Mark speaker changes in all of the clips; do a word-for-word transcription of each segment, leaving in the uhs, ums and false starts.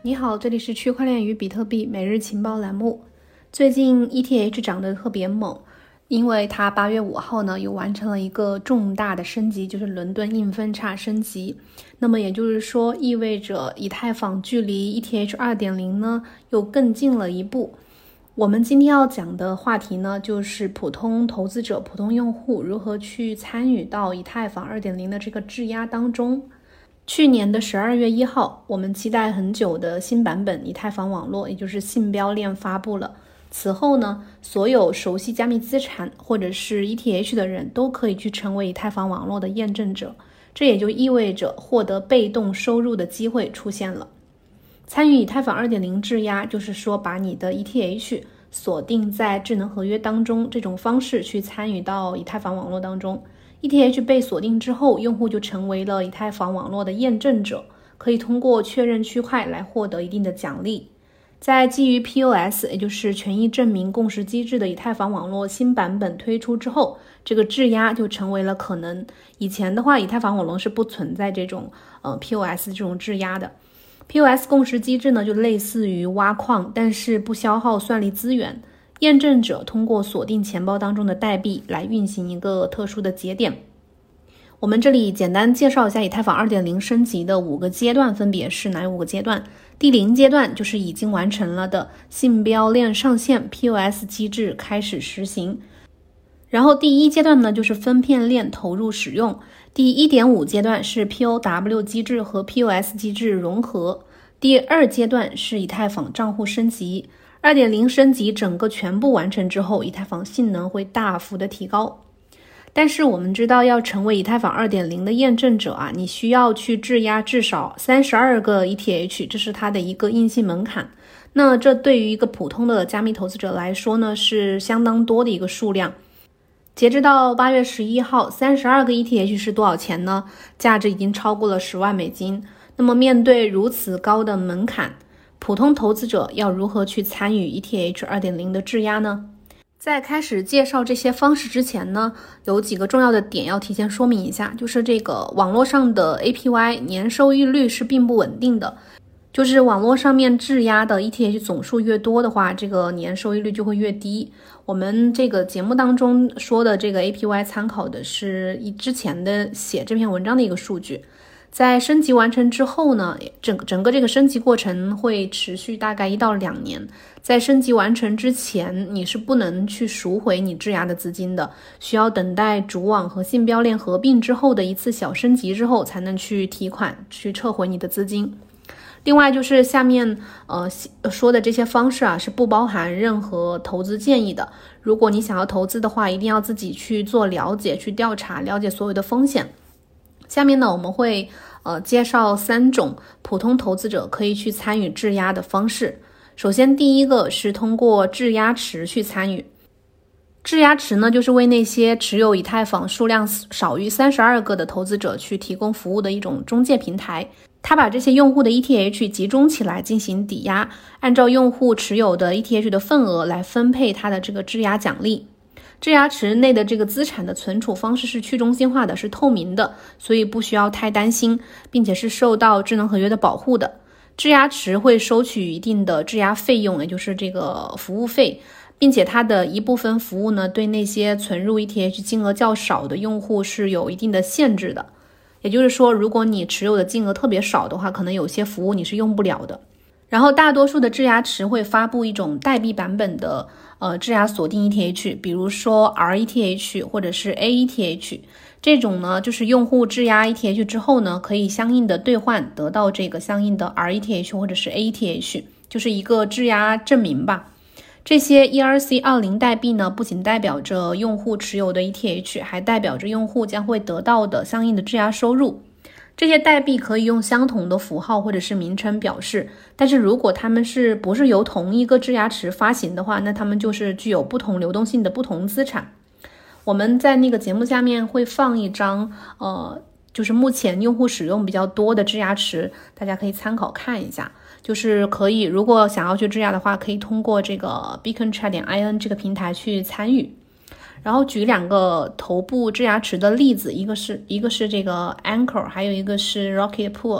Speaker 1: 你好，这里是区块链与比特币每日情报栏目。最近 E T H 涨得特别猛，因为它八月五号呢又完成了一个重大的升级，就是伦敦硬分叉升级。那么也就是说，意味着以太坊距离 E T H 二点零 呢又更近了一步。我们今天要讲的话题呢，就是普通投资者、普通用户如何去参与到以太坊 二点零 的这个质押当中。去年的十二月一号，我们期待很久的新版本以太坊网络，也就是信标链发布了。此后呢，所有熟悉加密资产或者是 E T H 的人都可以去成为以太坊网络的验证者，这也就意味着获得被动收入的机会出现了。参与以太坊 二点零 质押，就是说把你的 E T H 锁定在智能合约当中，这种方式去参与到以太坊网络当中。E T H 被锁定之后，用户就成为了以太坊网络的验证者，可以通过确认区块来获得一定的奖励。在基于 P O S， 也就是权益证明共识机制的以太坊网络新版本推出之后，这个质押就成为了可能。以前的话，以太坊网络是不存在这种呃 P O S 这种质押的。P O S 共识机制呢，就类似于挖矿，但是不消耗算力资源。验证者通过锁定钱包当中的代币来运行一个特殊的节点。我们这里简单介绍一下以太坊 二点零 升级的五个阶段分别是哪五个阶段。第零阶段就是已经完成了的信标链上线 P O S 机制开始实行。然后第一阶段呢，就是分片链投入使用。第 一点五 阶段是 P O W 机制和 P O S 机制融合。第二阶段是以太坊账户升级。二点零 升级整个全部完成之后，以太坊性能会大幅的提高。但是我们知道，要成为以太坊 二点零 的验证者啊，你需要去质押至少三十二个 E T H， 这是它的一个硬性门槛。那这对于一个普通的加密投资者来说呢，是相当多的一个数量。截至到八月十一号，三十二个 E T H 是多少钱呢？价值已经超过了十万美金。那么面对如此高的门槛，普通投资者要如何去参与 E T H 二点零 的质押呢？在开始介绍这些方式之前呢，有几个重要的点要提前说明一下，就是这个网络上的 A P Y 年收益率是并不稳定的，就是网络上面质押的 E T H 总数越多的话，这个年收益率就会越低。我们这个节目当中说的这个 A P Y 参考的是之前的写这篇文章的一个数据。在升级完成之后呢，整个整个这个升级过程会持续大概一到两年。在升级完成之前，你是不能去赎回你质押的资金的，需要等待主网和信标链合并之后的一次小升级之后，才能去提款，去撤回你的资金。另外就是下面呃说的这些方式啊，是不包含任何投资建议的。如果你想要投资的话，一定要自己去做了解，去调查，了解所有的风险。下面呢，我们会呃介绍三种普通投资者可以去参与质押的方式。首先，第一个是通过质押池去参与。质押池呢，就是为那些持有以太坊数量少于三十二个的投资者去提供服务的一种中介平台。它把这些用户的 E T H 集中起来进行抵押，按照用户持有的 E T H 的份额来分配它的这个质押奖励。质押池内的这个资产的存储方式是去中心化的，是透明的，所以不需要太担心，并且是受到智能合约的保护的。质押池会收取一定的质押费用，也就是这个服务费，并且它的一部分服务呢，对那些存入 E T H 金额较少的用户是有一定的限制的。也就是说，如果你持有的金额特别少的话，可能有些服务你是用不了的。然后大多数的质押池会发布一种代币版本的呃质押锁定 E T H， 比如说 R E T H 或者是 A E T H， 这种呢就是用户质押 E T H 之后呢，可以相应的兑换得到这个相应的 R E T H 或者是 A E T H， 就是一个质押证明吧。这些 E R C 二十 代币呢，不仅代表着用户持有的 E T H， 还代表着用户将会得到的相应的质押收入。这些代币可以用相同的符号或者是名称表示，但是如果它们是不是由同一个质押池发行的话，那它们就是具有不同流动性的不同资产。我们在那个节目下面会放一张呃，就是目前用户使用比较多的质押池，大家可以参考看一下。就是可以，如果想要去质押的话，可以通过这个 beaconchain 点 I N 这个平台去参与。然后举两个头部质押池的例子，一个是一个是这个 Anchor， 还有一个是 Rocket Pool。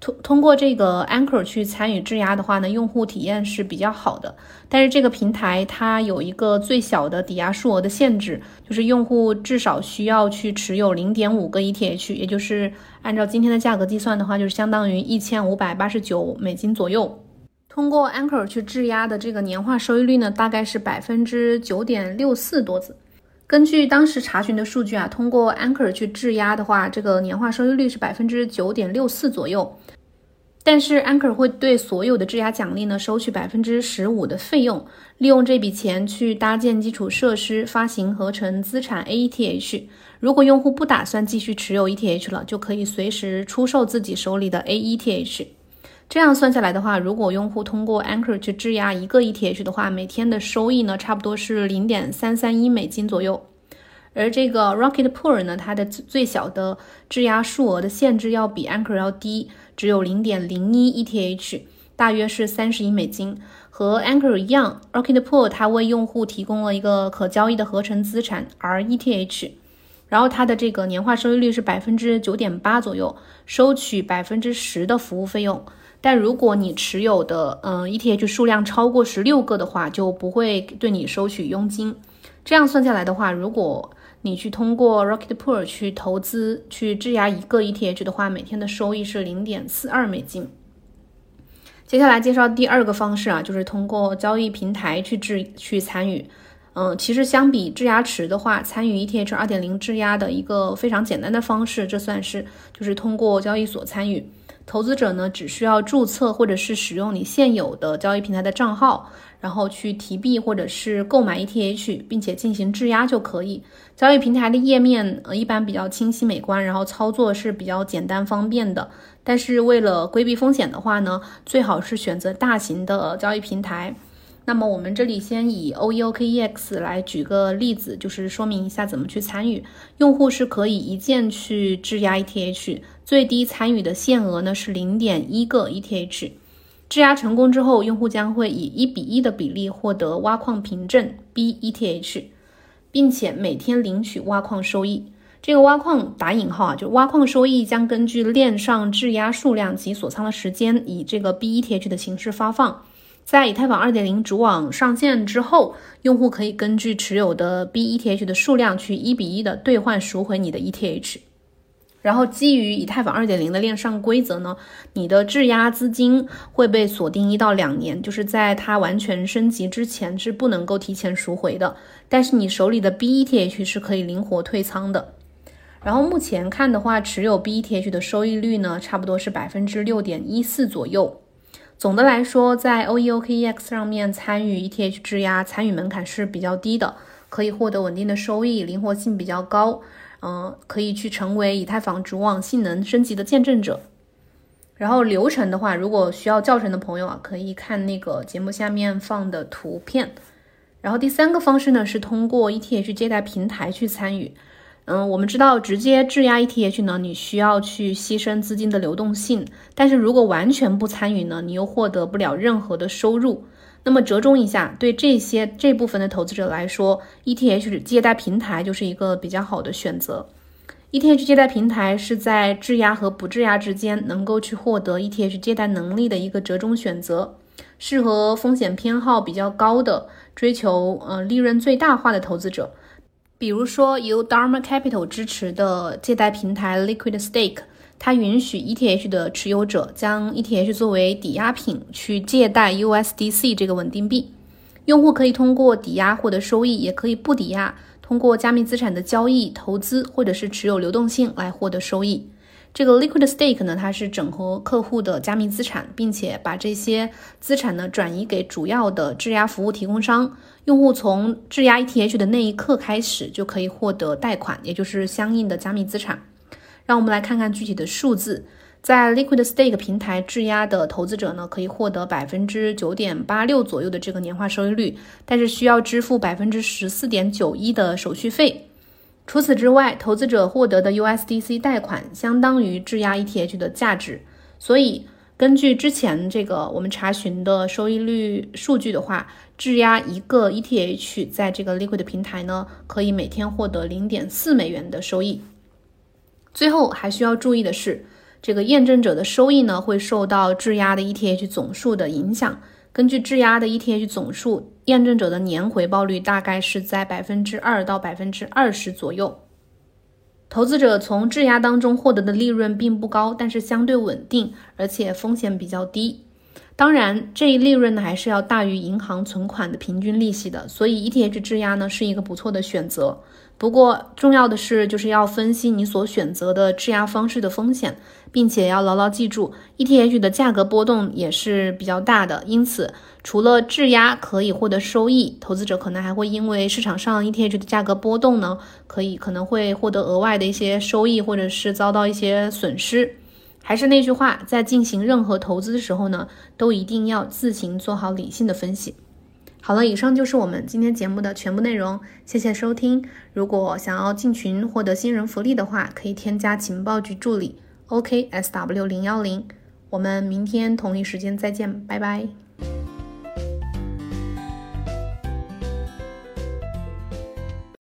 Speaker 1: 通通过这个 Anchor 去参与质押的话呢，用户体验是比较好的。但是这个平台它有一个最小的抵押数额的限制，就是用户至少需要去持有 零点五 个 E T H， 也就是按照今天的价格计算的话，就是相当于一千五百八十九美金左右。通过 Anchor 去质押的这个年化收益率呢，大概是 百分之九点六四 多子。根据当时查询的数据啊，通过 Anchor 去质押的话，这个年化收益率是 百分之九点六四 左右。但是 Anchor 会对所有的质押奖励呢收取 百分之十五 的费用，利用这笔钱去搭建基础设施，发行合成资产 A E T H。 如果用户不打算继续持有 E T H 了，就可以随时出售自己手里的 A E T H。 这样算下来的话，如果用户通过 Anchor 去质押一个 E T H 的话，每天的收益呢差不多是 零点三三一美金左右。而这个 Rocket Pool 呢，它的最小的质押数额的限制要比 Anchor 要低，只有 零点零一 E T H， 大约是三十一美金。和 Anchor 一样， Rocket Pool 它为用户提供了一个可交易的合成资产 R E T H， 然后它的这个年化收益率是 百分之九点八 左右，收取 百分之十 的服务费用。但如果你持有的嗯 E T H 数量超过十六个的话，就不会对你收取佣金。这样算下来的话，如果你去通过 Rocket Pool 去投资去质押一个 E T H 的话，每天的收益是 零点四二美金。接下来介绍第二个方式啊，就是通过交易平台去质去参与。嗯，其实相比质押池的话，参与 E T H 二点零 质押的一个非常简单的方式，这算是就是通过交易所参与。投资者呢，只需要注册或者是使用你现有的交易平台的账号，然后去提币或者是购买 E T H， 并且进行质押就可以。交易平台的页面呃一般比较清晰美观，然后操作是比较简单方便的。但是为了规避风险的话呢，最好是选择大型的交易平台。那么我们这里先以 O E O K E X 来举个例子，就是说明一下怎么去参与。用户是可以一键去质押 E T H， 最低参与的限额呢是 零点一 个 E T H。 质押成功之后，用户将会以一比一的比例获得挖矿凭证 B E T H， 并且每天领取挖矿收益。这个挖矿打引号啊，就是挖矿收益将根据链上质押数量及锁仓的时间，以这个 B E T H 的形式发放。在以太坊 二点零 主网上线之后，用户可以根据持有的 B E T H 的数量去一比一的兑换赎回你的 E T H。 然后基于以太坊 二点零 的链上规则呢，你的质押资金会被锁定一到两年，就是在它完全升级之前是不能够提前赎回的，但是你手里的 B E T H 是可以灵活退仓的。然后目前看的话，持有 B E T H 的收益率呢，差不多是 百分之六点一四 左右。总的来说，在 O E O K E X 上面参与 E T H 质押，参与门槛是比较低的，可以获得稳定的收益，灵活性比较高，嗯、呃，可以去成为以太坊主网性能升级的见证者。然后流程的话，如果需要教程的朋友啊，可以看那个节目下面放的图片。然后第三个方式呢，是通过 E T H 借贷平台去参与。嗯，我们知道直接质押 E T H 呢，你需要去牺牲资金的流动性，但是如果完全不参与呢，你又获得不了任何的收入。那么折中一下，对这些这部分的投资者来说， E T H 借贷平台就是一个比较好的选择。E T H 借贷平台是在质押和不质押之间能够去获得 E T H 借贷能力的一个折中选择，适合风险偏好比较高的，追求呃利润最大化的投资者。比如说由 Dharma Capital 支持的借贷平台 Liquid Stake， 它允许 E T H 的持有者将 E T H 作为抵押品去借贷 U S D C 这个稳定币。用户可以通过抵押获得收益，也可以不抵押，通过加密资产的交易、投资或者是持有流动性来获得收益。这个 Liquid Stake 呢，它是整合客户的加密资产，并且把这些资产呢转移给主要的质押服务提供商。用户从质押 E T H 的那一刻开始就可以获得贷款，也就是相应的加密资产。让我们来看看具体的数字。在 Liquid Stake 平台质押的投资者呢，可以获得 百分之九点八六 左右的这个年化收益率，但是需要支付 百分之十四点九一 的手续费。除此之外，投资者获得的 U S D C 贷款相当于质押 E T H 的价值，所以根据之前这个我们查询的收益率数据的话，质押一个 E T H 在这个 Liquid 平台呢，可以每天获得 零点四美元的收益。最后还需要注意的是， 这个验证者的收益呢会受到质押的 E T H 总数的影响。根据质押的 E T H 总数，验证者的年回报率大概是在 百分之二 到 百分之二十 左右。投资者从质押当中获得的利润并不高，但是相对稳定，而且风险比较低。当然，这一利润呢还是要大于银行存款的平均利息的，所以 E T H 质押呢是一个不错的选择。不过重要的是就是要分析你所选择的质押方式的风险，并且要牢牢记住 E T H 的价格波动也是比较大的，因此除了质押可以获得收益，投资者可能还会因为市场上 E T H 的价格波动呢，可以可能会获得额外的一些收益，或者是遭到一些损失。还是那句话，在进行任何投资的时候呢，都一定要自行做好理性的分析。好了，以上就是我们今天节目的全部内容，谢谢收听。如果想要进群获得新人福利的话，可以添加情报局助理 O K S W 零一零。我们明天同一时间再见，拜拜。